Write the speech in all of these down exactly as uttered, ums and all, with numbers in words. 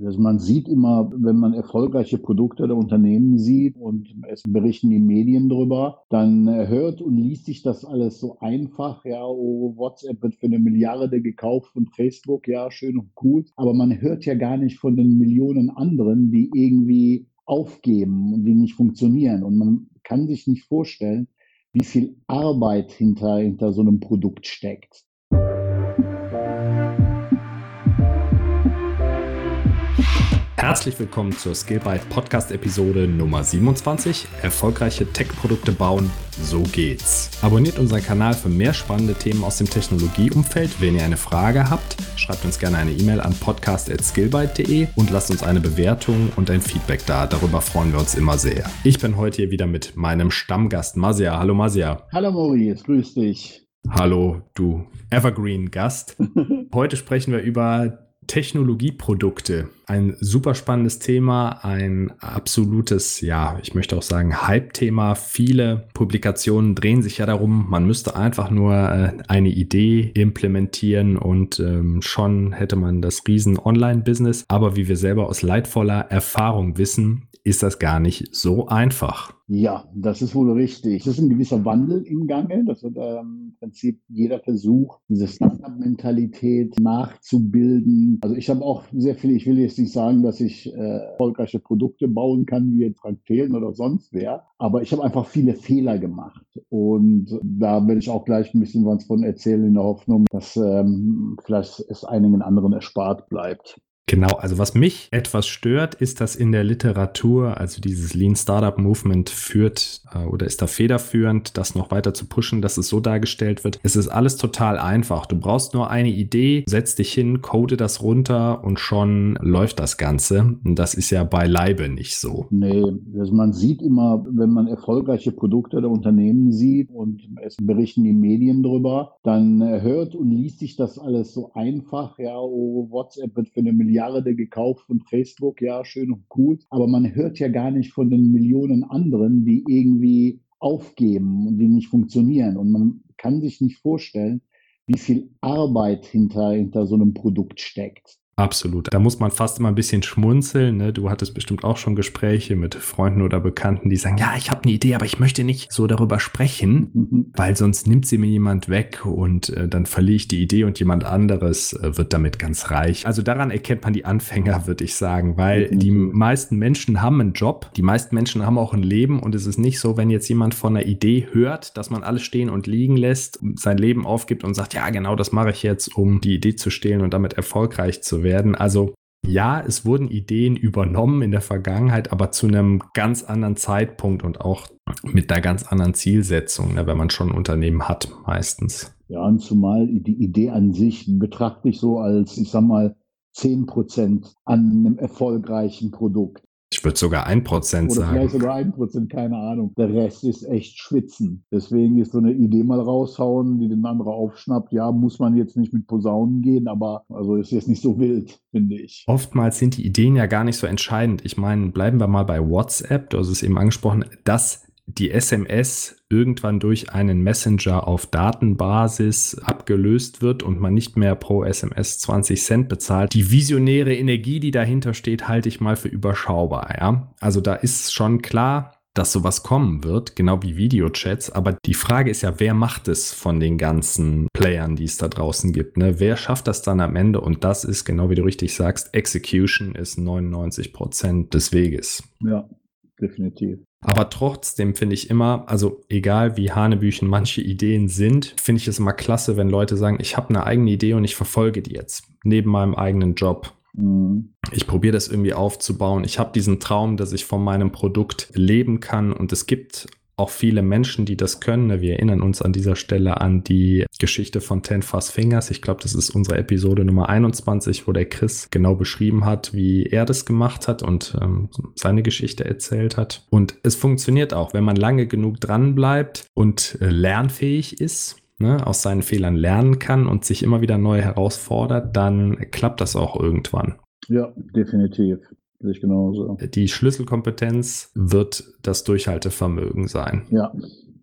also man sieht immer, wenn man erfolgreiche Produkte oder Unternehmen sieht und es berichten die Medien drüber, dann äh, hört und liest sich das alles so einfach. Ja, oh, WhatsApp wird für eine Milliarde gekauft von Facebook, ja, schön und gut. Aber man hört ja gar nicht von den Millionen anderen, die irgendwie aufgeben und die nicht funktionieren. Und man kann sich nicht vorstellen, wie viel Arbeit hinter, hinter so einem Produkt steckt. Herzlich willkommen zur Skillbyte Podcast Episode Nummer siebenundzwanzig. Erfolgreiche Tech-Produkte bauen, so geht's. Abonniert unseren Kanal für mehr spannende Themen aus dem Technologieumfeld. Wenn ihr eine Frage habt, schreibt uns gerne eine E-Mail an podcast at skillbyte punkt de und lasst uns eine Bewertung und ein Feedback da. Darüber freuen wir uns immer sehr. Ich bin heute hier wieder mit meinem Stammgast Mazia. Hallo Mazia. Hallo Maurice, grüß dich. Hallo, du Evergreen-Gast. Heute sprechen wir über Technologieprodukte. Ein super spannendes Thema, ein absolutes, ja, ich möchte auch sagen, Hype-Thema. Viele Publikationen drehen sich ja darum, man müsste einfach nur äh, eine Idee implementieren und ähm, schon hätte man das riesen Online-Business. Aber wie wir selber aus leidvoller Erfahrung wissen, ist das gar nicht so einfach. Ja, das ist wohl richtig. Es ist ein gewisser Wandel im Gange. Das wird ähm, im Prinzip jeder Versuch, diese Startup-Mentalität nachzubilden. Also ich habe auch sehr viel, ich will jetzt nicht sagen, dass ich äh, erfolgreiche Produkte bauen kann, wie jetzt Frank Thelen oder sonst wer, aber ich habe einfach viele Fehler gemacht. Und da werde ich auch gleich ein bisschen was von erzählen, in der Hoffnung, dass ähm, vielleicht es einigen anderen erspart bleibt. Genau, also was mich etwas stört, ist, dass in der Literatur, also dieses Lean Startup Movement führt äh, oder ist da federführend, das noch weiter zu pushen, dass es so dargestellt wird. Es ist alles total einfach. Du brauchst nur eine Idee, setz dich hin, code das runter und schon läuft das Ganze. Und das ist ja beileibe nicht so. Nee, also man sieht immer, wenn man erfolgreiche Produkte oder Unternehmen sieht und es berichten die Medien drüber, dann äh, hört und liest sich das alles so einfach. Ja, oh, WhatsApp wird für eine Milliarde gekauft von Facebook, ja, schön und gut. Aber man hört ja gar nicht von den Millionen anderen, die irgendwie aufgeben und die nicht funktionieren. Und man kann sich nicht vorstellen, wie viel Arbeit hinter, hinter so einem Produkt steckt. Absolut. Da muss man fast immer ein bisschen schmunzeln. Ne? Du hattest bestimmt auch schon Gespräche mit Freunden oder Bekannten, die sagen, ja, ich habe eine Idee, aber ich möchte nicht so darüber sprechen, mhm. weil sonst nimmt sie mir jemand weg und äh, dann verliere ich die Idee und jemand anderes äh, wird damit ganz reich. Also daran erkennt man die Anfänger, würde ich sagen, weil mhm. die meisten Menschen haben einen Job, die meisten Menschen haben auch ein Leben und es ist nicht so, wenn jetzt jemand von einer Idee hört, dass man alles stehen und liegen lässt, sein Leben aufgibt und sagt, ja, genau, das mache ich jetzt, um die Idee zu stehlen und damit erfolgreich zu werden. Also ja, es wurden Ideen übernommen in der Vergangenheit, aber zu einem ganz anderen Zeitpunkt und auch mit einer ganz anderen Zielsetzung, ne, wenn man schon ein Unternehmen hat meistens. Ja, und zumal die Idee an sich betrachte ich so als, ich sag mal, zehn Prozent an einem erfolgreichen Produkt. Ich würde sogar ein Prozent sagen. Oder vielleicht sogar ein Prozent, keine Ahnung. Der Rest ist echt Schwitzen. Deswegen ist so eine Idee mal raushauen, die den anderen aufschnappt. Ja, muss man jetzt nicht mit Posaunen gehen, aber also ist jetzt nicht so wild, finde ich. Oftmals sind die Ideen ja gar nicht so entscheidend. Ich meine, bleiben wir mal bei WhatsApp. Du hast es eben angesprochen, dass die S M S irgendwann durch einen Messenger auf Datenbasis abgelöst wird und man nicht mehr pro S M S zwanzig Cent bezahlt. Die visionäre Energie, die dahinter steht, halte ich mal für überschaubar. Ja? Also da ist schon klar, dass sowas kommen wird, genau wie Videochats. Aber die Frage ist ja, wer macht es von den ganzen Playern, die es da draußen gibt? Ne? Wer schafft das dann am Ende? Und das ist, genau wie du richtig sagst, Execution ist neunundneunzig Prozent des Weges. Ja, definitiv. Aber trotzdem finde ich immer, also egal wie hanebüchen manche Ideen sind, finde ich es immer klasse, wenn Leute sagen, ich habe eine eigene Idee und ich verfolge die jetzt neben meinem eigenen Job. Mhm. Ich probiere das irgendwie aufzubauen. Ich habe diesen Traum, dass ich von meinem Produkt leben kann und es gibt auch viele Menschen, die das können. Wir erinnern uns an dieser Stelle an die Geschichte von Ten Fast Fingers. Ich glaube, das ist unsere Episode Nummer einundzwanzig, wo der Chris genau beschrieben hat, wie er das gemacht hat und ähm, seine Geschichte erzählt hat. Und es funktioniert auch, wenn man lange genug dran bleibt und äh, lernfähig ist, ne, aus seinen Fehlern lernen kann und sich immer wieder neu herausfordert, dann klappt das auch irgendwann. Ja, definitiv. Ich genauso. Die Schlüsselkompetenz wird das Durchhaltevermögen sein. Ja,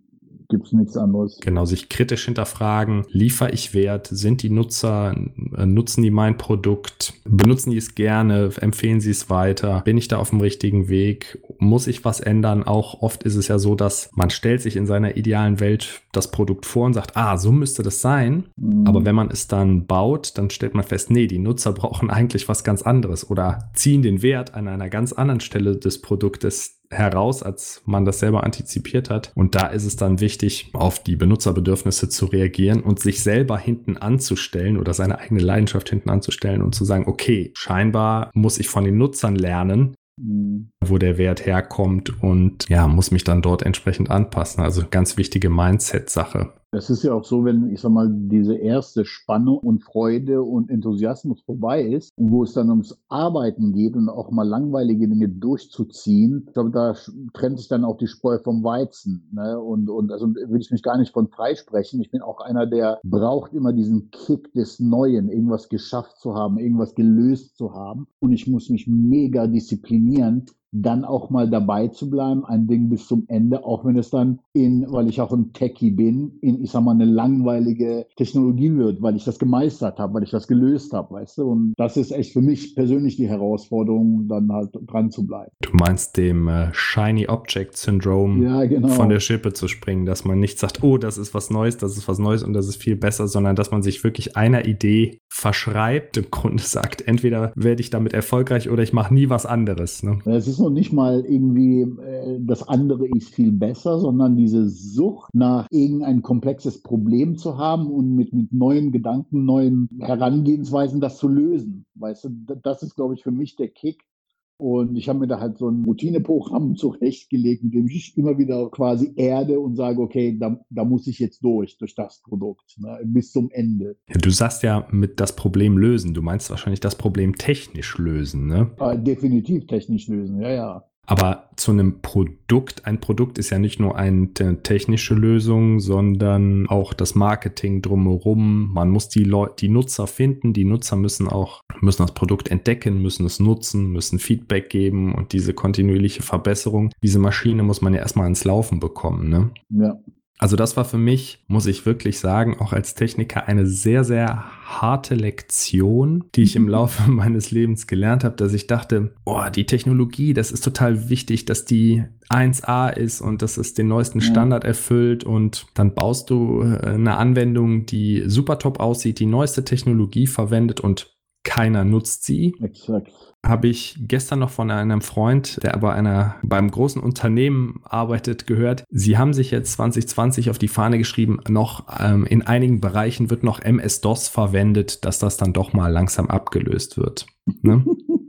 Gibt es nichts anderes. Genau, sich kritisch hinterfragen, liefere ich Wert, sind die Nutzer, äh, nutzen die mein Produkt, benutzen die es gerne, empfehlen sie es weiter, bin ich da auf dem richtigen Weg, muss ich was ändern? Auch oft ist es ja so, dass man stellt sich in seiner idealen Welt das Produkt vor und sagt, ah, so müsste das sein, Mhm. aber wenn man es dann baut, dann stellt man fest, nee, die Nutzer brauchen eigentlich was ganz anderes oder ziehen den Wert an einer ganz anderen Stelle des Produktes heraus, als man das selber antizipiert hat. Und da ist es dann wichtig, auf die Benutzerbedürfnisse zu reagieren und sich selber hinten anzustellen oder seine eigene Leidenschaft hinten anzustellen und zu sagen, okay, scheinbar muss ich von den Nutzern lernen, Mhm. wo der Wert herkommt und ja, muss mich dann dort entsprechend anpassen. Also ganz wichtige Mindset-Sache. Es ist ja auch so, wenn, ich sag mal, diese erste Spannung und Freude und Enthusiasmus vorbei ist und wo es dann ums Arbeiten geht und auch mal langweilige Dinge durchzuziehen, ich glaube, da trennt sich dann auch die Spreu vom Weizen. Ne? Und, und also will ich mich gar nicht von freisprechen. Ich bin auch einer, der braucht immer diesen Kick des Neuen, irgendwas geschafft zu haben, irgendwas gelöst zu haben. Und ich muss mich mega disziplinieren, dann auch mal dabei zu bleiben, ein Ding bis zum Ende, auch wenn es dann in, weil ich auch ein Techie bin, in, ich sag mal, eine langweilige Technologie wird, weil ich das gemeistert habe, weil ich das gelöst habe, weißt du? Und das ist echt für mich persönlich die Herausforderung, dann halt dran zu bleiben. Du meinst dem äh, Shiny Object Syndrome Ja, genau. von der Schippe zu springen, dass man nicht sagt, oh, das ist was Neues, das ist was Neues und das ist viel besser, sondern dass man sich wirklich einer Idee verschreibt, im Grunde sagt, entweder werde ich damit erfolgreich oder ich mache nie was anderes. Ne? Es ist noch nicht mal irgendwie, äh, das andere ist viel besser, sondern diese Sucht nach irgendein komplexes Problem zu haben und mit, mit neuen Gedanken, neuen Herangehensweisen das zu lösen. Weißt du, das ist, glaube ich, für mich der Kick. Und ich habe mir da halt so ein Routineprogramm zurechtgelegt, mit dem ich immer wieder quasi erde und sage, okay, da, da muss ich jetzt durch, durch das Produkt, ne, bis zum Ende. Ja, du sagst ja mit das Problem lösen. Du meinst wahrscheinlich das Problem technisch lösen, ne? Äh, definitiv technisch lösen, ja, ja. Aber zu einem Produkt, ein Produkt ist ja nicht nur eine technische Lösung, sondern auch das Marketing drumherum. Man muss die Leute, die Nutzer finden, die Nutzer müssen auch, müssen das Produkt entdecken, müssen es nutzen, müssen Feedback geben und diese kontinuierliche Verbesserung, diese Maschine muss man ja erstmal ins Laufen bekommen, ne? Ja. Also das war für mich, muss ich wirklich sagen, auch als Techniker eine sehr, sehr harte Lektion, die ich im Laufe meines Lebens gelernt habe, dass ich dachte, oh, die Technologie, das ist total wichtig, dass die eins A ist und dass es den neuesten Standard erfüllt und dann baust du eine Anwendung, die super top aussieht, die neueste Technologie verwendet und keiner nutzt sie. Exakt. Habe ich gestern noch von einem Freund, der aber einer, beim großen Unternehmen arbeitet, gehört. Sie haben sich jetzt zwanzig zwanzig auf die Fahne geschrieben, noch ähm, in einigen Bereichen wird noch M S-DOS verwendet, dass das dann doch mal langsam abgelöst wird. Ne?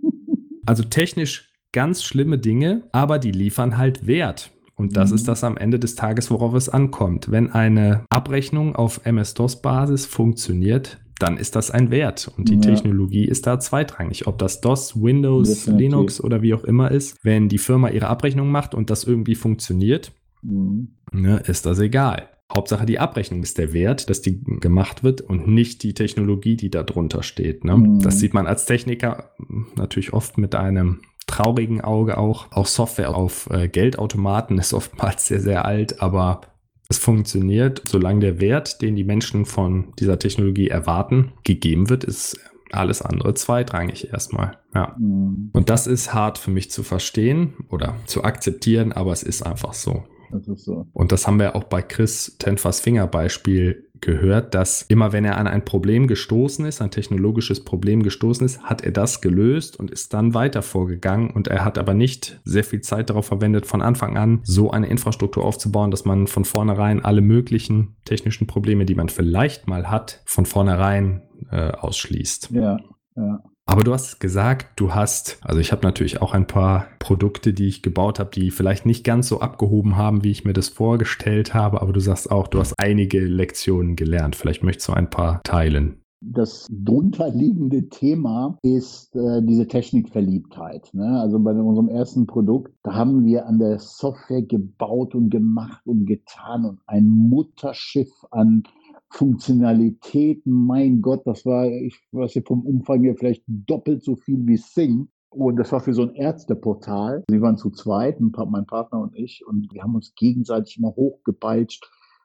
Also technisch ganz schlimme Dinge, aber die liefern halt Wert. Und das ist das am Ende des Tages, worauf es ankommt. Wenn eine Abrechnung auf M S-DOS-Basis funktioniert, dann ist das ein Wert. Und die ja. Technologie ist da zweitrangig. Ob das DOS, Windows, Definitiv. Linux oder wie auch immer ist, wenn die Firma ihre Abrechnung macht und das irgendwie funktioniert, mhm. ne, ist das egal. Hauptsache die Abrechnung ist der Wert, dass die gemacht wird und nicht die Technologie, die da drunter steht. Ne? Mhm. Das sieht man als Techniker natürlich oft mit einem traurigen Auge auch. Auch Software auf äh, Geldautomaten ist oftmals sehr, sehr alt, aber es funktioniert, solange der Wert, den die Menschen von dieser Technologie erwarten, gegeben wird, ist alles andere zweitrangig erstmal. Ja. Mhm. Und das ist hart für mich zu verstehen oder zu akzeptieren, aber es ist einfach so. Das ist so. Und das haben wir auch bei Chris Tenfers Finger Beispiel gehört, dass immer wenn er an ein Problem gestoßen ist, ein technologisches Problem gestoßen ist, hat er das gelöst und ist dann weiter vorgegangen und er hat aber nicht sehr viel Zeit darauf verwendet, von Anfang an so eine Infrastruktur aufzubauen, dass man von vornherein alle möglichen technischen Probleme, die man vielleicht mal hat, von vornherein äh, ausschließt. Ja, ja. Aber du hast gesagt, du hast, also ich habe natürlich auch ein paar Produkte, die ich gebaut habe, die vielleicht nicht ganz so abgehoben haben, wie ich mir das vorgestellt habe, aber du sagst auch, du hast einige Lektionen gelernt. Vielleicht möchtest du ein paar teilen. Das drunterliegende Thema ist äh, diese Technikverliebtheit. Ne? Also bei unserem ersten Produkt, da haben wir an der Software gebaut und gemacht und getan und ein Mutterschiff an Funktionalitäten, mein Gott, das war, ich weiß nicht, vom Umfang her vielleicht doppelt so viel wie Sing. Und das war für so ein Ärzteportal. Sie waren zu zweit, mein Partner und ich, und wir haben uns gegenseitig immer hochgepeitscht.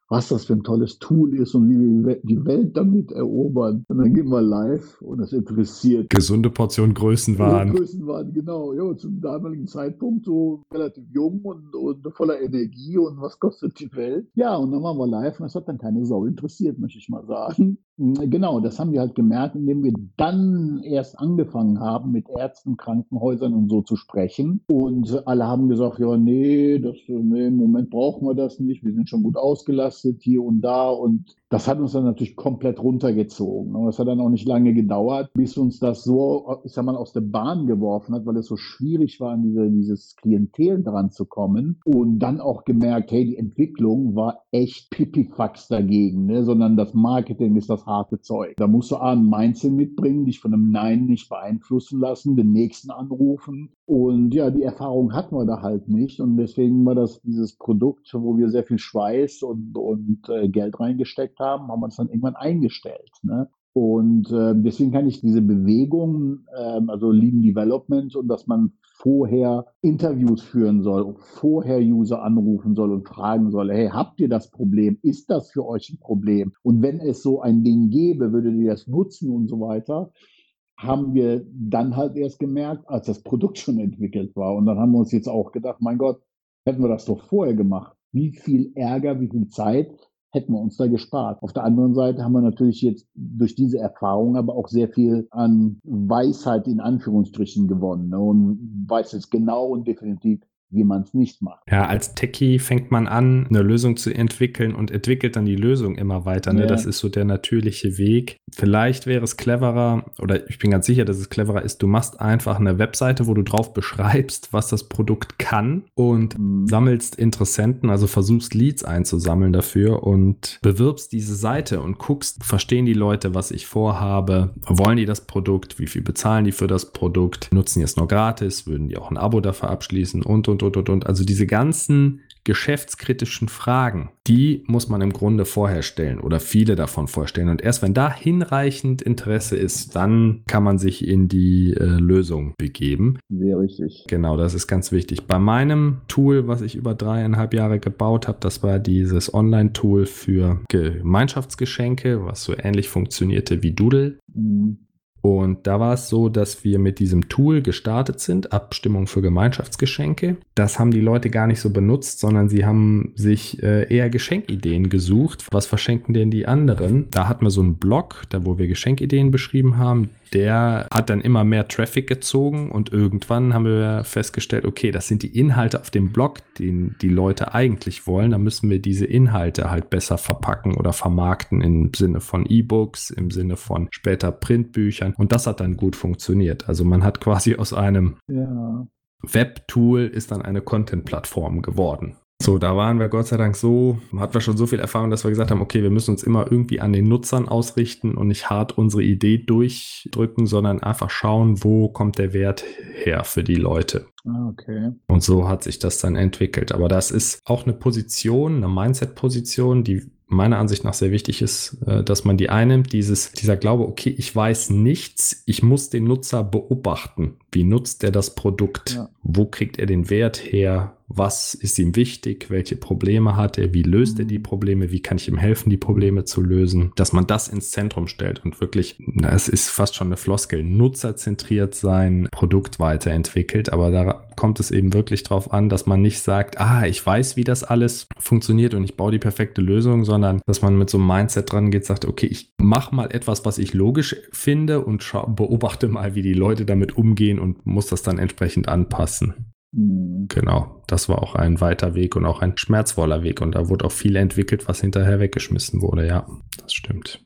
was das für ein tolles Tool ist und wie wir die Welt damit erobern. Und dann gehen wir live und das interessiert. Gesunde Portion Größenwahn. Größenwahn, genau. Ja, zum damaligen Zeitpunkt so relativ jung und, und voller Energie und was kostet die Welt? Ja, und dann waren wir live und das hat dann keine Sau interessiert, möchte ich mal sagen. Genau, das haben wir halt gemerkt, indem wir dann erst angefangen haben, mit Ärzten, Krankenhäusern und so zu sprechen. Und alle haben gesagt, ja, nee, das, nee, im Moment brauchen wir das nicht. Wir sind schon gut ausgelastet hier und da. Und das hat uns dann natürlich komplett runtergezogen. Und es hat dann auch nicht lange gedauert, bis uns das so, ich sag mal, aus der Bahn geworfen hat, weil es so schwierig war, an diese, dieses Klientel dran zu kommen. Und dann auch gemerkt, hey, die Entwicklung war echt Pipifax dagegen, ne? Sondern das Marketing ist das harte Zeug. Da musst du A, ein Mindset mitbringen, dich von einem Nein nicht beeinflussen lassen, den nächsten anrufen. Und ja, die Erfahrung hatten wir da halt nicht. Und deswegen war das dieses Produkt, wo wir sehr viel Schweiß und, und äh, Geld reingesteckt haben, haben wir es dann irgendwann eingestellt. Ne? Und äh, deswegen kann ich diese Bewegung, äh, also Lean Development und dass man vorher Interviews führen soll, vorher User anrufen soll und fragen soll, hey, habt ihr das Problem? Ist das für euch ein Problem? Und wenn es so ein Ding gäbe, würdet ihr das nutzen und so weiter, haben wir dann halt erst gemerkt, als das Produkt schon entwickelt war. Und dann haben wir uns jetzt auch gedacht, mein Gott, hätten wir das doch vorher gemacht. Wie viel Ärger, wie viel Zeit hätten wir uns da gespart. Auf der anderen Seite haben wir natürlich jetzt durch diese Erfahrung aber auch sehr viel an Weisheit in Anführungsstrichen gewonnen, ne? Und weiß jetzt genau und definitiv, wie man es nicht macht. Ja, als Techie fängt man an, eine Lösung zu entwickeln und entwickelt dann die Lösung immer weiter. Ne? Ja. Das ist so der natürliche Weg. Vielleicht wäre es cleverer, oder ich bin ganz sicher, dass es cleverer ist, du machst einfach eine Webseite, wo du drauf beschreibst, was das Produkt kann und mhm. sammelst Interessenten, also versuchst Leads einzusammeln dafür und bewirbst diese Seite und guckst, verstehen die Leute, was ich vorhabe, wollen die das Produkt, wie viel bezahlen die für das Produkt, nutzen die es nur gratis, würden die auch ein Abo dafür abschließen und, und, und, und, und. Also diese ganzen geschäftskritischen Fragen, die muss man im Grunde vorher stellen oder viele davon vorstellen. Und erst wenn da hinreichend Interesse ist, dann kann man sich in die äh, Lösung begeben. Sehr richtig. Genau, das ist ganz wichtig. Bei meinem Tool, was ich über dreieinhalb Jahre gebaut habe, das war dieses Online-Tool für Gemeinschaftsgeschenke, was so ähnlich funktionierte wie Doodle. Mhm. Und da war es so, dass wir mit diesem Tool gestartet sind, Abstimmung für Gemeinschaftsgeschenke. Das haben die Leute gar nicht so benutzt, sondern sie haben sich äh, eher Geschenkideen gesucht. Was verschenken denn die anderen? Da hatten wir so einen Blog, da wo wir Geschenkideen beschrieben haben. Der hat dann immer mehr Traffic gezogen und irgendwann haben wir festgestellt, okay, das sind die Inhalte auf dem Blog, die die Leute eigentlich wollen. Da müssen wir diese Inhalte halt besser verpacken oder vermarkten im Sinne von E-Books, im Sinne von später Printbüchern. Und das hat dann gut funktioniert. Also man hat quasi aus einem ja. Webtool ist dann eine Content-Plattform geworden. So, da waren wir Gott sei Dank so, hatten wir schon so viel Erfahrung, dass wir gesagt haben, okay, wir müssen uns immer irgendwie an den Nutzern ausrichten und nicht hart unsere Idee durchdrücken, sondern einfach schauen, wo kommt der Wert her für die Leute. Okay. Und so hat sich das dann entwickelt. Aber das ist auch eine Position, eine Mindset-Position, die meiner Ansicht nach sehr wichtig ist, dass man die einnimmt, dieses, dieser Glaube, okay, ich weiß nichts, ich muss den Nutzer beobachten. Wie nutzt er das Produkt? Ja. Wo kriegt er den Wert her? Was ist ihm wichtig? Welche Probleme hat er? Wie löst er die Probleme? Wie kann ich ihm helfen, die Probleme zu lösen? Dass man das ins Zentrum stellt und wirklich, na, es ist fast schon eine Floskel, nutzerzentriert sein Produkt weiterentwickelt. Aber da kommt es eben wirklich drauf an, dass man nicht sagt, ah, ich weiß, wie das alles funktioniert und ich baue die perfekte Lösung, sondern dass man mit so einem Mindset dran geht, sagt, okay, ich mache mal etwas, was ich logisch finde und schau, beobachte mal, wie die Leute damit umgehen und muss das dann entsprechend anpassen. Mhm. Genau, das war auch ein weiter Weg und auch ein schmerzvoller Weg und da wurde auch viel entwickelt, was hinterher weggeschmissen wurde, ja, das stimmt.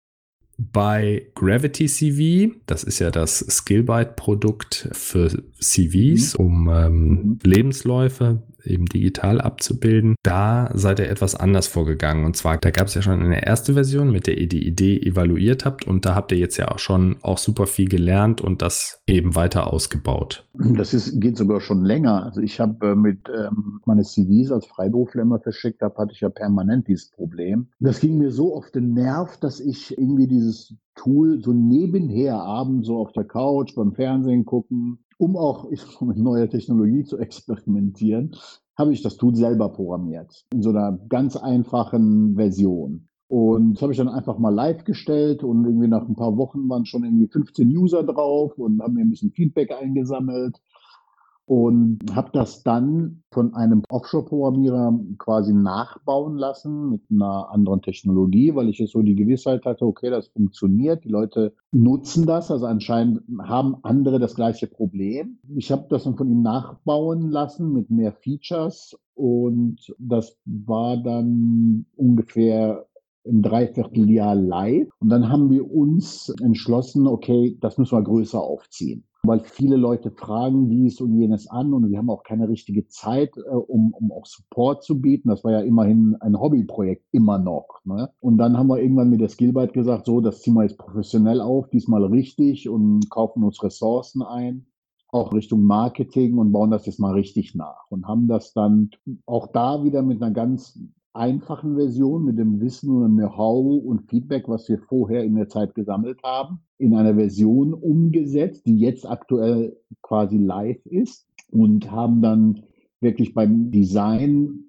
Bei Gravity C V, das ist ja das Skillbyte-Produkt für C Vs, mhm. um ähm, Lebensläufe eben digital abzubilden, da seid ihr etwas anders vorgegangen. Und zwar, da gab es ja schon eine erste Version, mit der ihr die Idee evaluiert habt und da habt ihr jetzt ja auch schon auch super viel gelernt und das eben weiter ausgebaut. Das ist, geht sogar schon länger. Also ich habe äh, mit ähm, meine C Vs als Freiberufler immer verschickt habe, hatte ich ja permanent dieses Problem. Das ging mir so auf den Nerv, dass ich irgendwie dieses Tool so nebenher abends so auf der Couch beim Fernsehen gucken, um auch ich, mit neuer Technologie zu experimentieren, habe ich das Tool selber programmiert, in so einer ganz einfachen Version. Und das habe ich dann einfach mal live gestellt und irgendwie nach ein paar Wochen waren schon irgendwie fünfzehn User drauf und haben mir ein bisschen Feedback eingesammelt. Und habe das dann von einem Offshore-Programmierer quasi nachbauen lassen mit einer anderen Technologie, weil ich jetzt so die Gewissheit hatte, okay, das funktioniert, die Leute nutzen das, also anscheinend haben andere das gleiche Problem. Ich habe das dann von ihm nachbauen lassen mit mehr Features und das war dann ungefähr im Dreivierteljahr live. Und dann haben wir uns entschlossen, okay, das müssen wir größer aufziehen. Weil viele Leute fragen dies und jenes an und wir haben auch keine richtige Zeit, äh, um, um auch Support zu bieten. Das war ja immerhin ein Hobbyprojekt, immer noch. Ne? Und dann haben wir irgendwann mit der Skillbyte gesagt, so, das ziehen wir jetzt professionell auf, diesmal richtig und kaufen uns Ressourcen ein, auch Richtung Marketing und bauen das jetzt mal richtig nach. Und haben das dann auch da wieder mit einer ganz einfachen Version, mit dem Wissen und Know-how und Feedback, was wir vorher in der Zeit gesammelt haben, in einer Version umgesetzt, die jetzt aktuell quasi live ist und haben dann wirklich beim Design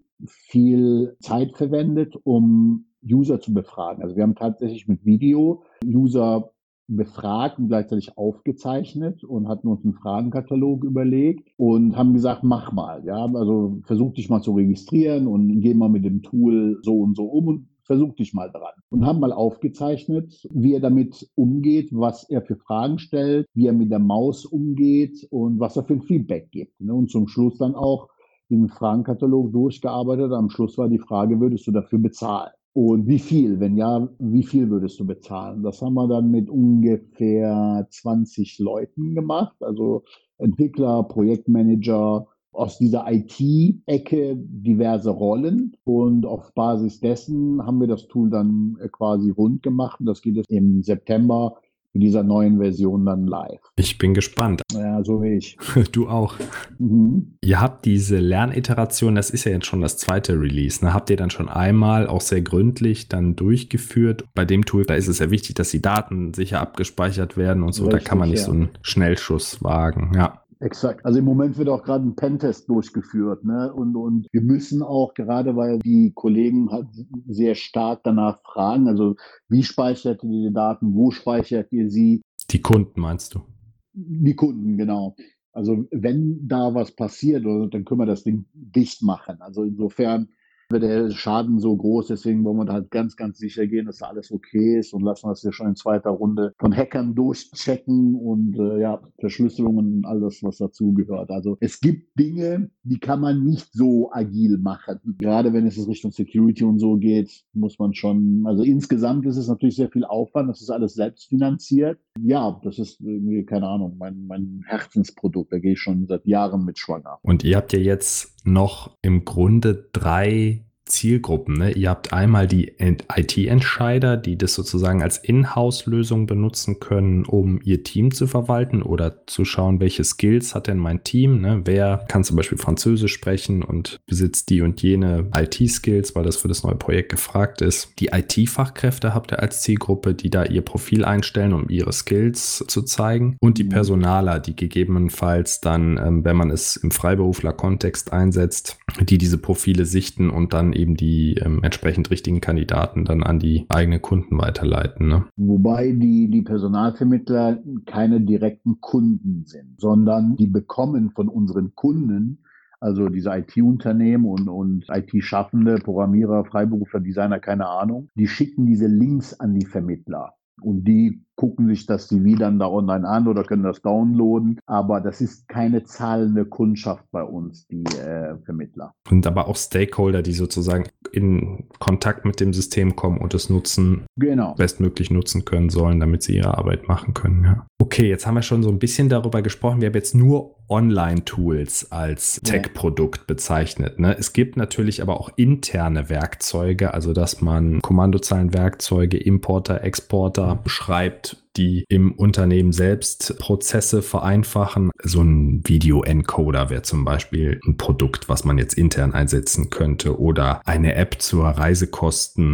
viel Zeit verwendet, um User zu befragen. Also wir haben tatsächlich mit Video User befragt und gleichzeitig aufgezeichnet und hatten uns einen Fragenkatalog überlegt und haben gesagt, mach mal, ja, also versuch dich mal zu registrieren und geh mal mit dem Tool so und so um und versuch dich mal dran. Und haben mal aufgezeichnet, wie er damit umgeht, was er für Fragen stellt, wie er mit der Maus umgeht und was er für ein Feedback gibt. Und zum Schluss dann auch den Fragenkatalog durchgearbeitet. Am Schluss war die Frage, würdest du dafür bezahlen? Und wie viel? Wenn ja, wie viel würdest du bezahlen? Das haben wir dann mit ungefähr zwanzig Leuten gemacht, also Entwickler, Projektmanager, aus dieser I T-Ecke diverse Rollen. Und auf Basis dessen haben wir das Tool dann quasi rund gemacht. Und das geht jetzt im September mit dieser neuen Version dann live. Ich bin gespannt. Ja, so wie ich. Du auch. Mhm. Ihr habt diese Lerniteration, das ist ja jetzt schon das zweite Release, ne? Habt ihr dann schon einmal auch sehr gründlich dann durchgeführt? Bei dem Tool, da ist es ja wichtig, dass die Daten sicher abgespeichert werden und so. Richtig, da kann man nicht ja. so einen Schnellschuss wagen. Ja. Exakt. Also im Moment wird auch gerade ein Pentest durchgeführt, ne? Und, und wir müssen auch, gerade weil die Kollegen halt sehr stark danach fragen, also wie speichert ihr die Daten, wo speichert ihr sie? Die Kunden meinst du? Die Kunden, genau. Also wenn da was passiert, dann können wir das Ding dicht machen. Also insofern wird der Schaden so groß, deswegen wollen wir da halt ganz, ganz sicher gehen, dass da alles okay ist und lassen das ja schon in zweiter Runde von Hackern durchchecken und äh, ja, Verschlüsselungen und alles, was dazugehört. Also es gibt Dinge, die kann man nicht so agil machen. Gerade wenn es Richtung Security und so geht, muss man schon, also insgesamt ist es natürlich sehr viel Aufwand, das ist alles selbst finanziert. Ja, das ist irgendwie, keine Ahnung, mein, mein Herzensprodukt, da gehe ich schon seit Jahren mit schwanger. Und ihr habt ja jetzt noch im Grunde drei Zielgruppen. Ne? Ihr habt einmal die I T-Entscheider, die das sozusagen als Inhouse-Lösung benutzen können, um ihr Team zu verwalten oder zu schauen, welche Skills hat denn mein Team. Ne? Wer kann zum Beispiel Französisch sprechen und besitzt die und jene I T-Skills, weil das für das neue Projekt gefragt ist. Die I T-Fachkräfte habt ihr als Zielgruppe, die da ihr Profil einstellen, um ihre Skills zu zeigen. Und die Personaler, die gegebenenfalls dann, ähm, wenn man es im Freiberufler-Kontext einsetzt, die diese Profile sichten und dann eben die ähm, entsprechend richtigen Kandidaten dann an die eigenen Kunden weiterleiten. Ne? Wobei die, die Personalvermittler keine direkten Kunden sind, sondern die bekommen von unseren Kunden, also diese I T-Unternehmen und, und I T-Schaffende, Programmierer, Freiberufler, Designer, keine Ahnung, die schicken diese Links an die Vermittler. Und die gucken sich das C V dann da online an oder können das downloaden. Aber das ist keine zahlende Kundschaft bei uns, die äh, Vermittler. Und aber auch Stakeholder, die sozusagen in Kontakt mit dem System kommen und es nutzen, genau, bestmöglich nutzen können sollen, damit sie ihre Arbeit machen können. Ja. Okay, jetzt haben wir schon so ein bisschen darüber gesprochen. Wir haben jetzt nur Online-Tools als Tech-Produkt bezeichnet. Ne? Es gibt natürlich aber auch interne Werkzeuge, also dass man Kommandozeilenwerkzeuge, Importer, Exporter beschreibt, die im Unternehmen selbst Prozesse vereinfachen. So ein Video-Encoder wäre zum Beispiel ein Produkt, was man jetzt intern einsetzen könnte, oder eine App zur Reisekosten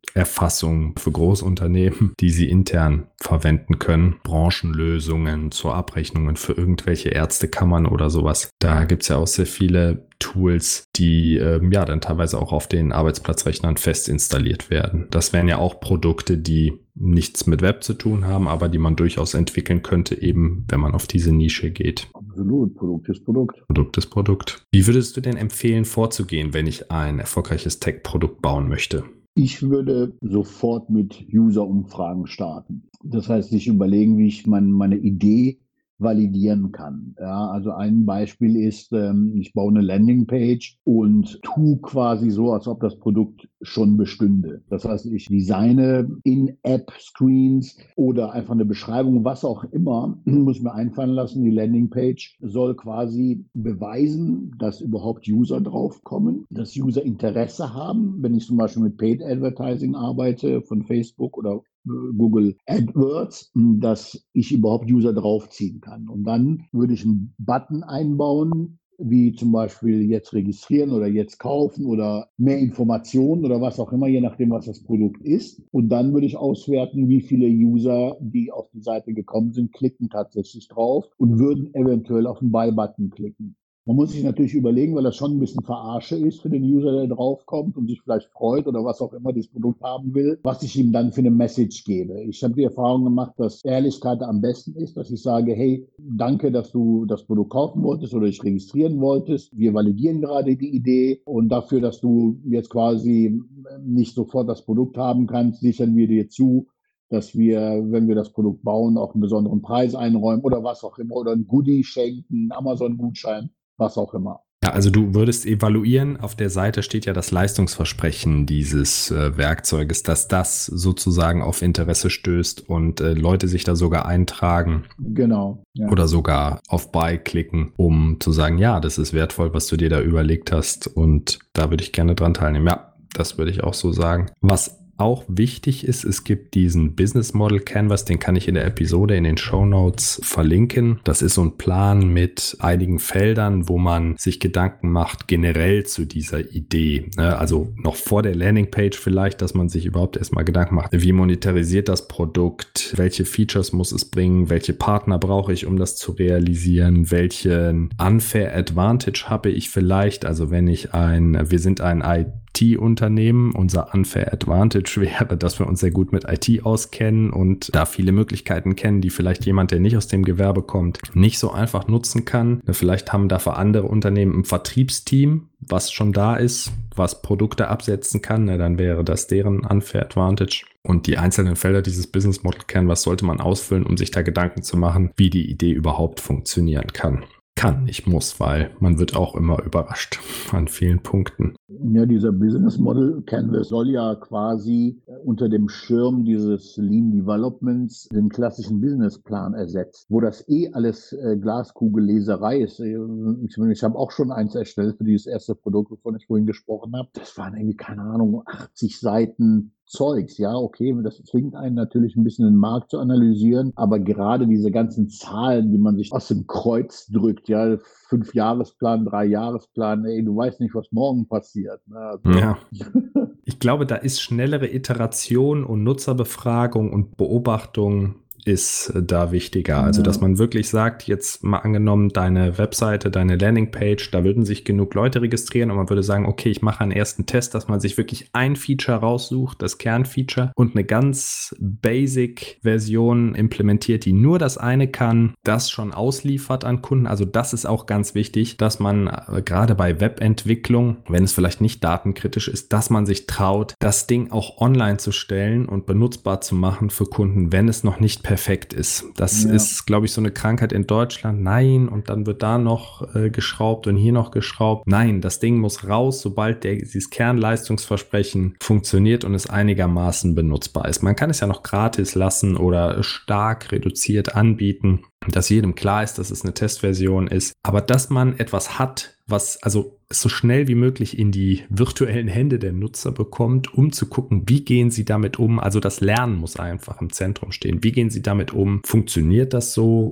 Erfassung für Großunternehmen, die sie intern verwenden können. Branchenlösungen zur Abrechnungen für irgendwelche Ärztekammern oder sowas. Da gibt es ja auch sehr viele Tools, die ähm, ja dann teilweise auch auf den Arbeitsplatzrechnern fest installiert werden. Das wären ja auch Produkte, die nichts mit Web zu tun haben, aber die man durchaus entwickeln könnte, eben wenn man auf diese Nische geht. Absolut, Produkt ist Produkt. Produkt ist Produkt. Wie würdest du denn empfehlen, vorzugehen, wenn ich ein erfolgreiches Tech-Produkt bauen möchte? Ich würde sofort mit User-Umfragen starten. Das heißt, sich überlegen, wie ich mein, meine Idee validieren kann. Ja, also ein Beispiel ist, ähm, ich baue eine Landingpage und tue quasi so, als ob das Produkt schon bestünde. Das heißt, ich designe In-App-Screens oder einfach eine Beschreibung, was auch immer, muss mir einfallen lassen. Die Landingpage soll quasi beweisen, dass überhaupt User draufkommen, dass User Interesse haben. Wenn ich zum Beispiel mit Paid Advertising arbeite, von Facebook oder Google AdWords, dass ich überhaupt User draufziehen kann. Und dann würde ich einen Button einbauen, wie zum Beispiel jetzt registrieren oder jetzt kaufen oder mehr Informationen oder was auch immer, je nachdem, was das Produkt ist. Und dann würde ich auswerten, wie viele User, die auf die Seite gekommen sind, klicken tatsächlich drauf und würden eventuell auf den Buy-Button klicken. Man muss sich natürlich überlegen, weil das schon ein bisschen Verarsche ist für den User, der draufkommt und sich vielleicht freut oder was auch immer das Produkt haben will, was ich ihm dann für eine Message gebe. Ich habe die Erfahrung gemacht, dass Ehrlichkeit am besten ist, dass ich sage, hey, danke, dass du das Produkt kaufen wolltest oder dich registrieren wolltest. Wir validieren gerade die Idee und dafür, dass du jetzt quasi nicht sofort das Produkt haben kannst, sichern wir dir zu, dass wir, wenn wir das Produkt bauen, auch einen besonderen Preis einräumen oder was auch immer oder ein Goodie schenken, Amazon-Gutschein, was auch immer. Ja, also du würdest evaluieren, auf der Seite steht ja das Leistungsversprechen dieses äh, Werkzeuges, dass das sozusagen auf Interesse stößt und äh, Leute sich da sogar eintragen. Genau. Ja. Oder sogar auf Buy klicken, um zu sagen, ja, das ist wertvoll, was du dir da überlegt hast und da würde ich gerne dran teilnehmen. Ja, das würde ich auch so sagen. Was auch wichtig ist, es gibt diesen Business Model Canvas, den kann ich in der Episode in den Shownotes verlinken. Das ist so ein Plan mit einigen Feldern, wo man sich Gedanken macht generell zu dieser Idee. Also noch vor der Landingpage vielleicht, dass man sich überhaupt erstmal Gedanken macht, wie monetarisiert das Produkt, welche Features muss es bringen, welche Partner brauche ich, um das zu realisieren, welchen Unfair Advantage habe ich vielleicht, also wenn ich ein, wir sind ein I T-Unternehmen, unser Unfair Advantage wäre, dass wir uns sehr gut mit I T auskennen und da viele Möglichkeiten kennen, die vielleicht jemand, der nicht aus dem Gewerbe kommt, nicht so einfach nutzen kann. Vielleicht haben dafür andere Unternehmen ein Vertriebsteam, was schon da ist, was Produkte absetzen kann, dann wäre das deren Unfair Advantage. Und die einzelnen Felder dieses Business Model Canvas sollte man ausfüllen, um sich da Gedanken zu machen, wie die Idee überhaupt funktionieren kann. Kann, nicht muss, weil man wird auch immer überrascht an vielen Punkten. Ja, dieser Business Model Canvas soll ja quasi unter dem Schirm dieses Lean Developments den klassischen Businessplan ersetzen, wo das eh alles äh, Glaskugelleserei ist. Ich, ich habe auch schon eins erstellt für dieses erste Produkt, wovon ich vorhin gesprochen habe. Das waren irgendwie, keine Ahnung, achtzig Seiten Zeugs, ja, okay, das zwingt einen natürlich ein bisschen den Markt zu analysieren, aber gerade diese ganzen Zahlen, die man sich aus dem Kreuz drückt, ja, Fünf-Jahresplan, Drei-Jahresplan, ey, du weißt nicht, was morgen passiert. Ne? Also, ja. Ich glaube, da ist schnellere Iteration und Nutzerbefragung und Beobachtung ist da wichtiger. Also, dass man wirklich sagt, jetzt mal angenommen, deine Webseite, deine Landingpage, da würden sich genug Leute registrieren und man würde sagen, okay, ich mache einen ersten Test, dass man sich wirklich ein Feature raussucht, das Kernfeature und eine ganz Basic-Version implementiert, die nur das eine kann, das schon ausliefert an Kunden. Also das ist auch ganz wichtig, dass man äh, gerade bei Webentwicklung, wenn es vielleicht nicht datenkritisch ist, dass man sich traut, das Ding auch online zu stellen und benutzbar zu machen für Kunden, wenn es noch nicht perfekt ist. Das ja. ist, glaube ich, so eine Krankheit in Deutschland. Nein, und dann wird da noch äh, geschraubt und hier noch geschraubt. Nein, das Ding muss raus, sobald der, dieses Kernleistungsversprechen funktioniert und es einigermaßen benutzbar ist. Man kann es ja noch gratis lassen oder stark reduziert anbieten, dass jedem klar ist, dass es eine Testversion ist. Aber dass man etwas hat, was also so schnell wie möglich in die virtuellen Hände der Nutzer bekommt, um zu gucken, wie gehen sie damit um. Also das Lernen muss einfach im Zentrum stehen. Wie gehen sie damit um? Funktioniert das so,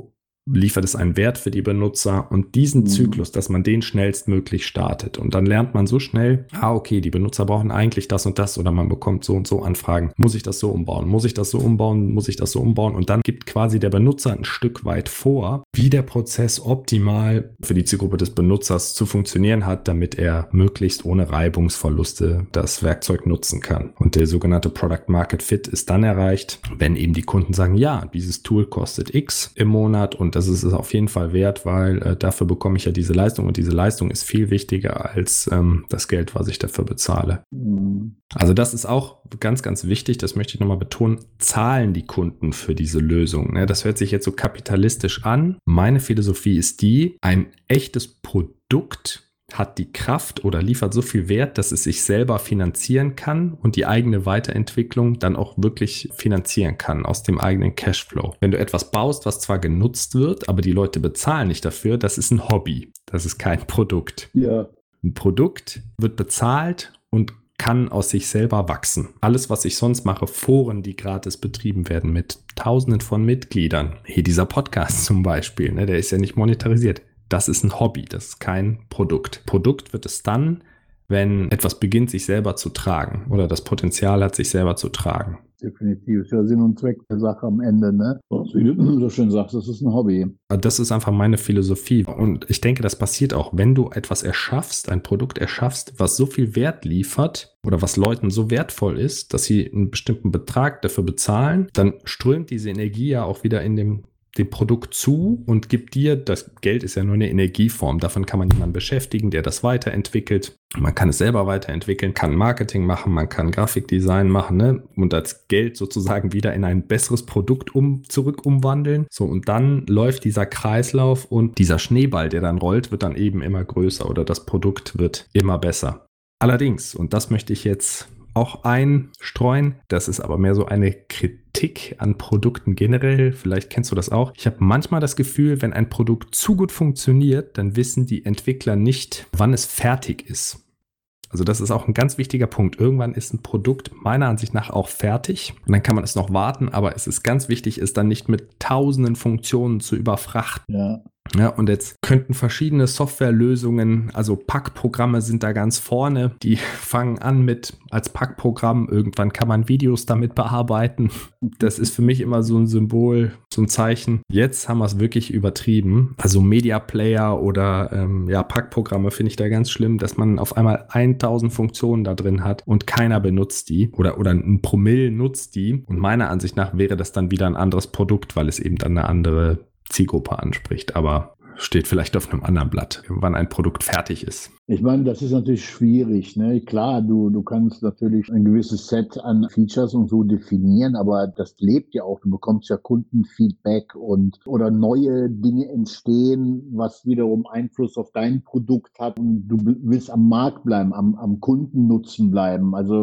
liefert es einen Wert für die Benutzer und diesen Mhm. Zyklus, dass man den schnellstmöglich startet und dann lernt man so schnell, ah okay, die Benutzer brauchen eigentlich das und das oder man bekommt so und so Anfragen, muss ich das so umbauen, muss ich das so umbauen, muss ich das so umbauen und dann gibt quasi der Benutzer ein Stück weit vor, wie der Prozess optimal für die Zielgruppe des Benutzers zu funktionieren hat, damit er möglichst ohne Reibungsverluste das Werkzeug nutzen kann. Und der sogenannte Product Market Fit ist dann erreicht, wenn eben die Kunden sagen, ja, dieses Tool kostet X im Monat und das ist es auf jeden Fall wert, weil äh, dafür bekomme ich ja diese Leistung und diese Leistung ist viel wichtiger als ähm, das Geld, was ich dafür bezahle. Mhm. Also das ist auch ganz, ganz wichtig, das möchte ich nochmal betonen, zahlen die Kunden für diese Lösung. Ne? Das hört sich jetzt so kapitalistisch an. Meine Philosophie ist die, ein echtes Produkt hat die Kraft oder liefert so viel Wert, dass es sich selber finanzieren kann und die eigene Weiterentwicklung dann auch wirklich finanzieren kann aus dem eigenen Cashflow. Wenn du etwas baust, was zwar genutzt wird, aber die Leute bezahlen nicht dafür, das ist ein Hobby. Das ist kein Produkt. Ja. Ein Produkt wird bezahlt und kann aus sich selber wachsen. Alles, was ich sonst mache, Foren, die gratis betrieben werden mit Tausenden von Mitgliedern. Hier dieser Podcast zum Beispiel, ne, der ist ja nicht monetarisiert. Das ist ein Hobby, das ist kein Produkt. Produkt wird es dann, wenn etwas beginnt, sich selber zu tragen oder das Potenzial hat, sich selber zu tragen. Definitiv. Ist ja Sinn und Zweck der Sache am Ende, ne? Wie du so schön sagst, das ist ein Hobby. Das ist einfach meine Philosophie. Und ich denke, das passiert auch, wenn du etwas erschaffst, ein Produkt erschaffst, was so viel Wert liefert oder was Leuten so wertvoll ist, dass sie einen bestimmten Betrag dafür bezahlen, dann strömt diese Energie ja auch wieder in dem dem Produkt zu und gibt dir, das Geld ist ja nur eine Energieform, davon kann man jemanden beschäftigen, der das weiterentwickelt. Man kann es selber weiterentwickeln, kann Marketing machen, man kann Grafikdesign machen, ne? Und das Geld sozusagen wieder in ein besseres Produkt um, zurück umwandeln. So, und dann läuft dieser Kreislauf und dieser Schneeball, der dann rollt, wird dann eben immer größer oder das Produkt wird immer besser. Allerdings, und das möchte ich jetzt auch einstreuen. Das ist aber mehr so eine Kritik an Produkten generell. Vielleicht kennst du das auch. Ich habe manchmal das Gefühl, wenn ein Produkt zu gut funktioniert, dann wissen die Entwickler nicht, wann es fertig ist. Also das ist auch ein ganz wichtiger Punkt. Irgendwann ist ein Produkt meiner Ansicht nach auch fertig und dann kann man es noch warten, aber es ist ganz wichtig, es dann nicht mit tausenden Funktionen zu überfrachten. Ja. Ja, und jetzt könnten verschiedene Softwarelösungen, also Packprogramme sind da ganz vorne, die fangen an mit als Packprogramm, irgendwann kann man Videos damit bearbeiten. Das ist für mich immer so ein Symbol, so ein Zeichen. Jetzt haben wir es wirklich übertrieben. Also Media Player oder ähm, ja, Packprogramme finde ich da ganz schlimm, dass man auf einmal tausend Funktionen da drin hat und keiner benutzt die oder, oder ein Promille nutzt die. Und meiner Ansicht nach wäre das dann wieder ein anderes Produkt, weil es eben dann eine andere Zielgruppe anspricht, aber steht vielleicht auf einem anderen Blatt, wann ein Produkt fertig ist. Ich meine, das ist natürlich schwierig, ne? Klar, du, du kannst natürlich ein gewisses Set an Features und so definieren, aber das lebt ja auch. Du bekommst ja Kundenfeedback und oder neue Dinge entstehen, was wiederum Einfluss auf dein Produkt hat und du willst am Markt bleiben, am, am Kundennutzen bleiben. Also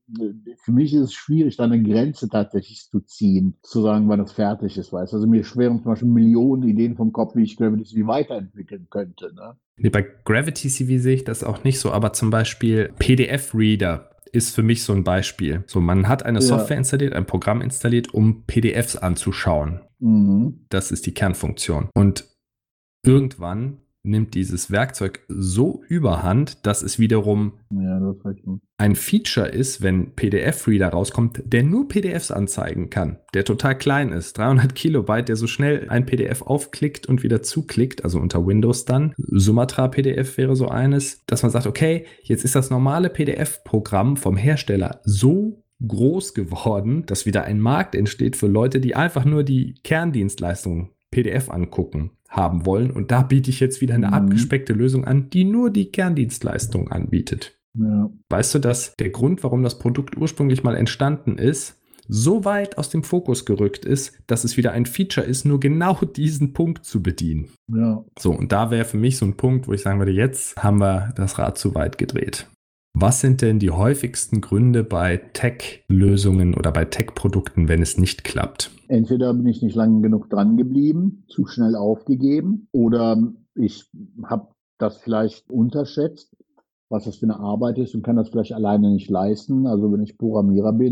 für mich ist es schwierig, da eine Grenze tatsächlich zu ziehen, zu sagen, wann es fertig ist, weißt du. Also mir schweren zum Beispiel Millionen Ideen vom Kopf, wie ich Gravity C V weiterentwickeln könnte, ne? Nee, bei Gravity C V sehe ich das auch nicht so, aber zum Beispiel P D F-Reader ist für mich so ein Beispiel. So, man hat eine Ja. Software installiert, ein Programm installiert, um P D Fs anzuschauen. Mhm. Das ist die Kernfunktion. Und irgendwann nimmt dieses Werkzeug so überhand, dass es wiederum Ja, das reicht nicht. ein Feature ist, wenn P D F-Reader rauskommt, der nur P D Fs anzeigen kann, der total klein ist, dreihundert Kilobyte, der so schnell ein P D F aufklickt und wieder zuklickt, also unter Windows dann. Sumatra P D F wäre so eines, dass man sagt, okay, jetzt ist das normale P D F-Programm vom Hersteller so groß geworden, dass wieder ein Markt entsteht für Leute, die einfach nur die Kerndienstleistung P D F angucken haben wollen. Und da biete ich jetzt wieder eine Mhm. abgespeckte Lösung an, die nur die Kerndienstleistung anbietet. Ja. Weißt du, dass der Grund, warum das Produkt ursprünglich mal entstanden ist, so weit aus dem Fokus gerückt ist, dass es wieder ein Feature ist, nur genau diesen Punkt zu bedienen. Ja. So, und da wäre für mich so ein Punkt, wo ich sagen würde, jetzt haben wir das Rad zu weit gedreht. Was sind denn die häufigsten Gründe bei Tech-Lösungen oder bei Tech-Produkten, wenn es nicht klappt? Entweder bin ich nicht lange genug dran geblieben, zu schnell aufgegeben, oder ich habe das vielleicht unterschätzt, was das für eine Arbeit ist und kann das vielleicht alleine nicht leisten. Also wenn ich Programmierer bin,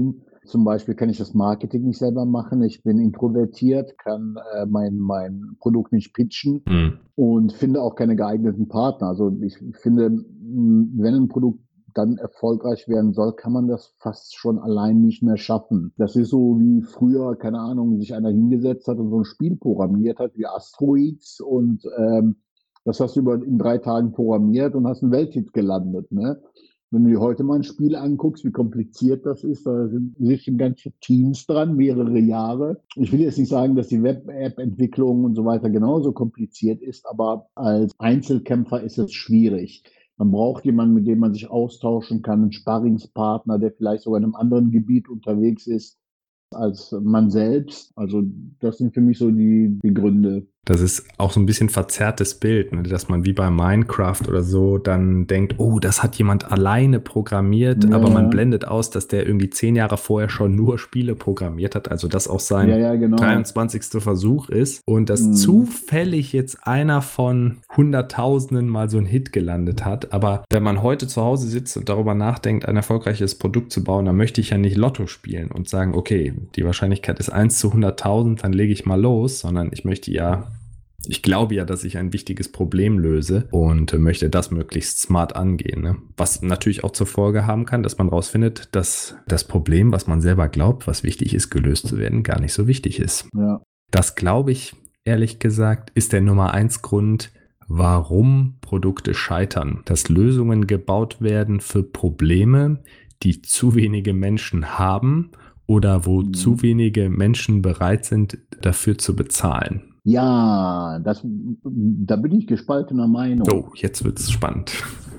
Zum Beispiel kann ich das Marketing nicht selber machen. Ich bin introvertiert, kann äh, mein, mein Produkt nicht pitchen Mhm. und finde auch keine geeigneten Partner. Also ich finde, mh, wenn ein Produkt dann erfolgreich werden soll, kann man das fast schon allein nicht mehr schaffen. Das ist so wie früher, keine Ahnung, sich einer hingesetzt hat und so ein Spiel programmiert hat wie Asteroids und ähm, das hast du über, in drei Tagen programmiert und hast einen Welthit gelandet. Ne? Wenn du dir heute mal ein Spiel anguckst, wie kompliziert das ist, da sind sitzen ganze Teams dran, mehrere Jahre. Ich will jetzt nicht sagen, dass die Web-App-Entwicklung und so weiter genauso kompliziert ist, aber als Einzelkämpfer ist es schwierig. Man braucht jemanden, mit dem man sich austauschen kann, einen Sparringspartner, der vielleicht sogar in einem anderen Gebiet unterwegs ist als man selbst. Also das sind für mich so die, die Gründe. Das ist auch so ein bisschen verzerrtes Bild, ne? Dass man wie bei Minecraft oder so dann denkt, oh, das hat jemand alleine programmiert, Ja, aber man ja. blendet aus, dass der irgendwie zehn Jahre vorher schon nur Spiele programmiert hat, also das auch sein Ja, ja, genau. dreiundzwanzigster Versuch ist und dass Mhm. zufällig jetzt einer von Hunderttausenden mal so einen Hit gelandet hat. Aber wenn man heute zu Hause sitzt und darüber nachdenkt, ein erfolgreiches Produkt zu bauen, dann möchte ich ja nicht Lotto spielen und sagen, okay, die Wahrscheinlichkeit ist eins zu hunderttausend, dann lege ich mal los, sondern ich möchte ja Ich glaube ja, dass ich ein wichtiges Problem löse und möchte das möglichst smart angehen. Ne? Was natürlich auch zur Folge haben kann, dass man rausfindet, dass das Problem, was man selber glaubt, was wichtig ist, gelöst zu werden, gar nicht so wichtig ist. Ja. Das glaube ich, ehrlich gesagt, ist der Nummer eins Grund, warum Produkte scheitern. Dass Lösungen gebaut werden für Probleme, die zu wenige Menschen haben oder wo Mhm. zu wenige Menschen bereit sind, dafür zu bezahlen. Ja, das, da bin ich gespaltener Meinung. Oh, jetzt wird es spannend.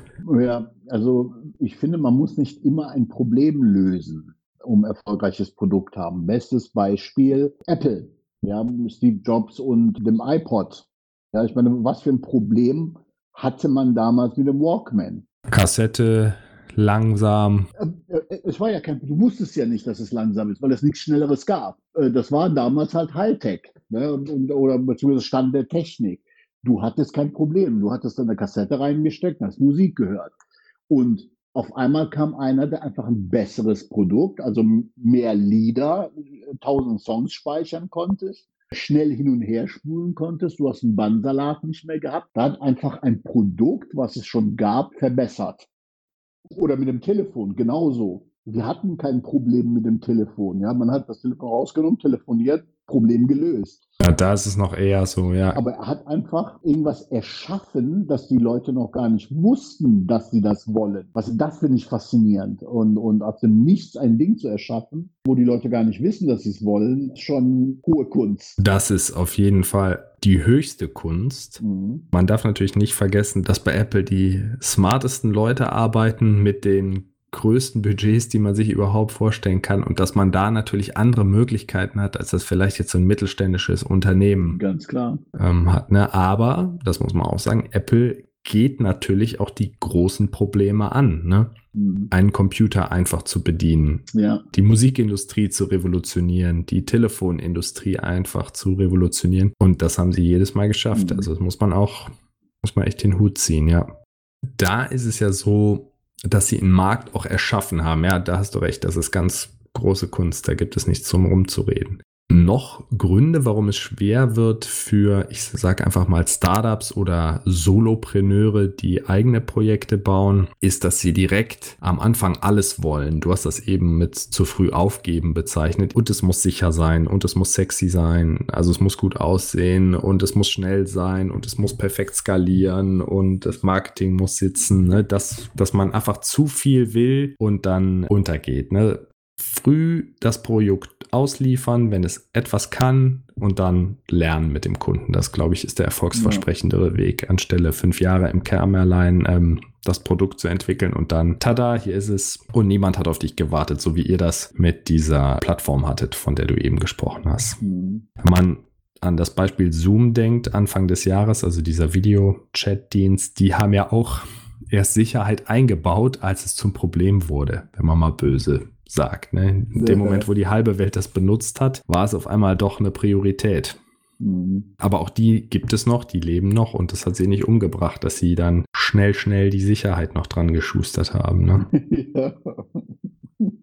Ja, also ich finde, man muss nicht immer ein Problem lösen, um ein erfolgreiches Produkt haben. Bestes Beispiel Apple, ja, Steve Jobs und dem iPod. Ja, ich meine, was für ein Problem hatte man damals mit dem Walkman? Kassette, langsam. Äh, äh, Es war ja kein, du wusstest ja nicht, dass es langsam ist, weil es nichts Schnelleres gab. Äh, Das war damals halt Hightech, ne? und, und, oder beziehungsweise Stand der Technik. Du hattest kein Problem. Du hattest dann eine Kassette reingesteckt, hast Musik gehört. Und auf einmal kam einer, der einfach ein besseres Produkt, also mehr Lieder, tausend Songs speichern konntest, schnell hin und her spulen konntest. Du hast einen Bandsalat nicht mehr gehabt. Da hat einfach ein Produkt, was es schon gab, verbessert. Oder mit dem Telefon, genauso. Wir hatten kein Problem mit dem Telefon. Ja? Man hat das Telefon rausgenommen, telefoniert, Problem gelöst. Ja, da ist es noch eher so, ja. Aber er hat einfach irgendwas erschaffen, dass die Leute noch gar nicht wussten, dass sie das wollen. Was das finde ich faszinierend. Und, und aus dem Nichts ein Ding zu erschaffen, wo die Leute gar nicht wissen, dass sie es wollen, ist schon hohe Kunst. Das ist auf jeden Fall die höchste Kunst. Mhm. Man darf natürlich nicht vergessen, dass bei Apple die smartesten Leute arbeiten mit den größten Budgets, die man sich überhaupt vorstellen kann und dass man da natürlich andere Möglichkeiten hat, als das vielleicht jetzt so ein mittelständisches Unternehmen Ganz klar. ähm, hat. Ne? Aber, das muss man auch sagen, Apple geht natürlich auch die großen Probleme an, ne? Mhm. Einen Computer einfach zu bedienen, Ja. die Musikindustrie zu revolutionieren, die Telefonindustrie einfach zu revolutionieren. Und das haben sie jedes Mal geschafft. Mhm. Also das muss man auch, muss man echt den Hut ziehen, ja. Da ist es ja so, dass sie einen Markt auch erschaffen haben. Ja, da hast du recht, das ist ganz große Kunst. Da gibt es nichts drum rumzureden. Noch Gründe, warum es schwer wird für, ich sage einfach mal Startups oder Solopreneure, die eigene Projekte bauen, ist, dass sie direkt am Anfang alles wollen. Du hast das eben mit zu früh aufgeben bezeichnet. Und es muss sicher sein und es muss sexy sein. Also es muss gut aussehen und es muss schnell sein und es muss perfekt skalieren und das Marketing muss sitzen. Ne? Dass, dass man einfach zu viel will und dann untergeht. Ne? Früh das Projekt ausliefern, wenn es etwas kann und dann lernen mit dem Kunden. Das, glaube ich, ist der erfolgsversprechendere ja. Weg, anstelle fünf Jahre im Kämmerlein ähm, das Produkt zu entwickeln und dann, tada, hier ist es und niemand hat auf dich gewartet, so wie ihr das mit dieser Plattform hattet, von der du eben gesprochen hast. Mhm. Wenn man an das Beispiel Zoom denkt, Anfang des Jahres, also dieser Video-Chat-Dienst, die haben ja auch erst Sicherheit eingebaut, als es zum Problem wurde, wenn man mal böse sagt. Ne? In dem Moment, wo die halbe Welt das benutzt hat, war es auf einmal doch eine Priorität. Mhm. Aber auch die gibt es noch, die leben noch und das hat sie nicht umgebracht, dass sie dann schnell, schnell die Sicherheit noch dran geschustert haben. Ne? Ja.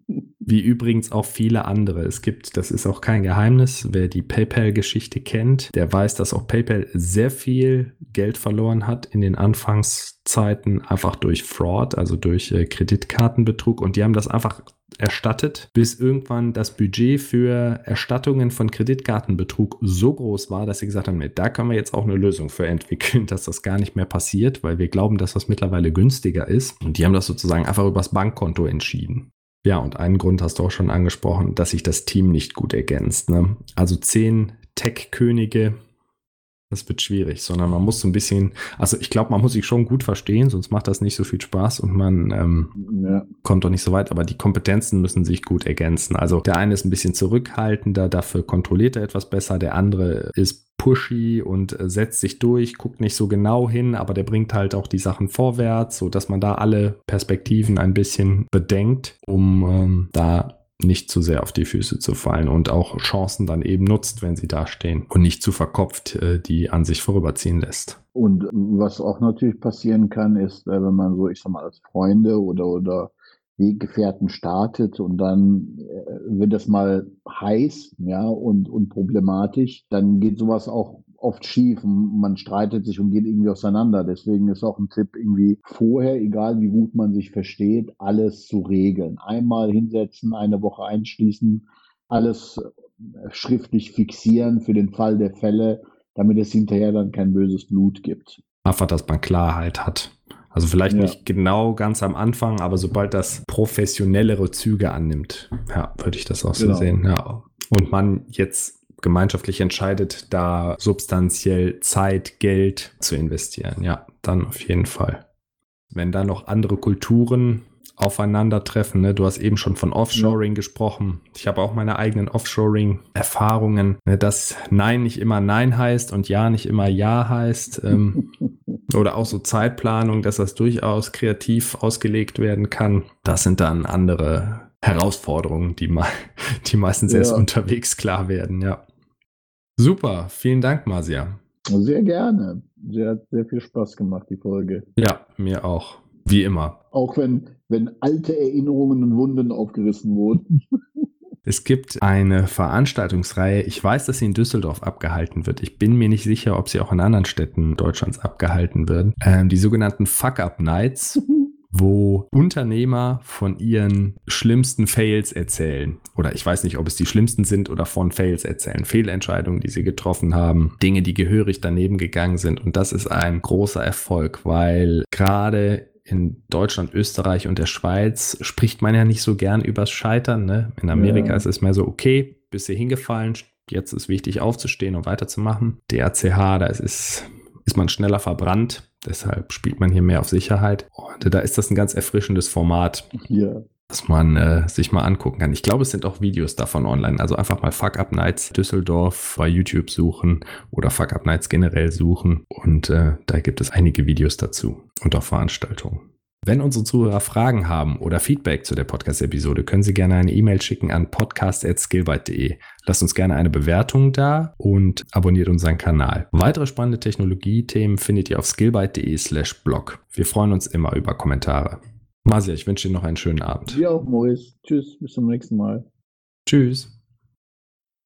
Wie übrigens auch viele andere. Es gibt, das ist auch kein Geheimnis, wer die PayPal-Geschichte kennt, der weiß, dass auch PayPal sehr viel Geld verloren hat in den Anfangszeiten, einfach durch Fraud, also durch äh, Kreditkartenbetrug. Und die haben das einfach erstattet, bis irgendwann das Budget für Erstattungen von Kreditkartenbetrug so groß war, dass sie gesagt haben, nee, da können wir jetzt auch eine Lösung für entwickeln, dass das gar nicht mehr passiert, weil wir glauben, dass das mittlerweile günstiger ist. Und die haben das sozusagen einfach übers Bankkonto entschieden. Ja, und einen Grund hast du auch schon angesprochen, dass sich das Team nicht gut ergänzt. Ne? Also zehn Tech-Könige, das wird schwierig, sondern man muss so ein bisschen, also ich glaube, man muss sich schon gut verstehen, sonst macht das nicht so viel Spaß und man ähm, ja. kommt doch nicht so weit, aber die Kompetenzen müssen sich gut ergänzen. Also der eine ist ein bisschen zurückhaltender, dafür kontrolliert er etwas besser, der andere ist pushy und äh, setzt sich durch, guckt nicht so genau hin, aber der bringt halt auch die Sachen vorwärts, sodass man da alle Perspektiven ein bisschen bedenkt, um ähm, da nicht zu sehr auf die Füße zu fallen und auch Chancen dann eben nutzt, wenn sie dastehen und nicht zu verkopft äh, die an sich vorüberziehen lässt. Und was auch natürlich passieren kann, ist, äh, wenn man so, ich sag mal, als Freunde oder, oder Weggefährten startet und dann äh, wird das mal heiß, ja, und, und problematisch, dann geht sowas auch oft schief und man streitet sich und geht irgendwie auseinander. Deswegen ist auch ein Tipp, irgendwie vorher, egal wie gut man sich versteht, alles zu regeln. Einmal hinsetzen, eine Woche einschließen, alles schriftlich fixieren für den Fall der Fälle, damit es hinterher dann kein böses Blut gibt. Einfach, dass man Klarheit hat. Also vielleicht ja. nicht genau ganz am Anfang, aber sobald das professionellere Züge annimmt, ja, würde ich das auch so genau. sehen. Ja. Und man jetzt gemeinschaftlich entscheidet, da substanziell Zeit, Geld zu investieren. Ja, dann auf jeden Fall. Wenn da noch andere Kulturen aufeinandertreffen, ne? Du hast eben schon von Offshoring ja. gesprochen. Ich habe auch meine eigenen Offshoring-Erfahrungen, ne? Dass Nein nicht immer Nein heißt und Ja nicht immer Ja heißt. Ähm, oder auch so Zeitplanung, dass das durchaus kreativ ausgelegt werden kann. Das sind dann andere Herausforderungen, die, mal, die meistens ja. erst unterwegs klar werden. Ja. Super, vielen Dank, Marcia. Sehr gerne. Sie hat sehr viel Spaß gemacht, die Folge. Ja, mir auch. Wie immer. Auch wenn, wenn alte Erinnerungen und Wunden aufgerissen wurden. Es gibt eine Veranstaltungsreihe, ich weiß, dass sie in Düsseldorf abgehalten wird. Ich bin mir nicht sicher, ob sie auch in anderen Städten Deutschlands abgehalten wird. Ähm, die sogenannten Fuck-Up-Nights, wo Unternehmer von ihren schlimmsten Fails erzählen. Oder ich weiß nicht, ob es die schlimmsten sind oder von Fails erzählen. Fehlentscheidungen, die sie getroffen haben, Dinge, die gehörig daneben gegangen sind. Und das ist ein großer Erfolg, weil gerade in Deutschland, Österreich und der Schweiz spricht man ja nicht so gern übers Scheitern. Ne? In Amerika ja. ist es mehr so, okay, bist du hingefallen, jetzt ist wichtig aufzustehen und weiterzumachen. D A C H, da ist, ist, ist man schneller verbrannt, deshalb spielt man hier mehr auf Sicherheit. Und da ist das ein ganz erfrischendes Format, ja. dass man äh, sich mal angucken kann. Ich glaube, es sind auch Videos davon online. Also einfach mal Fuck Up Nights Düsseldorf bei YouTube suchen oder Fuck Up Nights generell suchen. Und äh, da gibt es einige Videos dazu und auch Veranstaltungen. Wenn unsere Zuhörer Fragen haben oder Feedback zu der Podcast-Episode, können Sie gerne eine E-Mail schicken an podcast at skillbyte punkt de. Lasst uns gerne eine Bewertung da und abonniert unseren Kanal. Weitere spannende Technologie-Themen findet ihr auf skillbyte punkt de slash blog. Wir freuen uns immer über Kommentare. Marcia, ich wünsche dir noch einen schönen Abend. Dir auch, Maurice. Tschüss, bis zum nächsten Mal. Tschüss.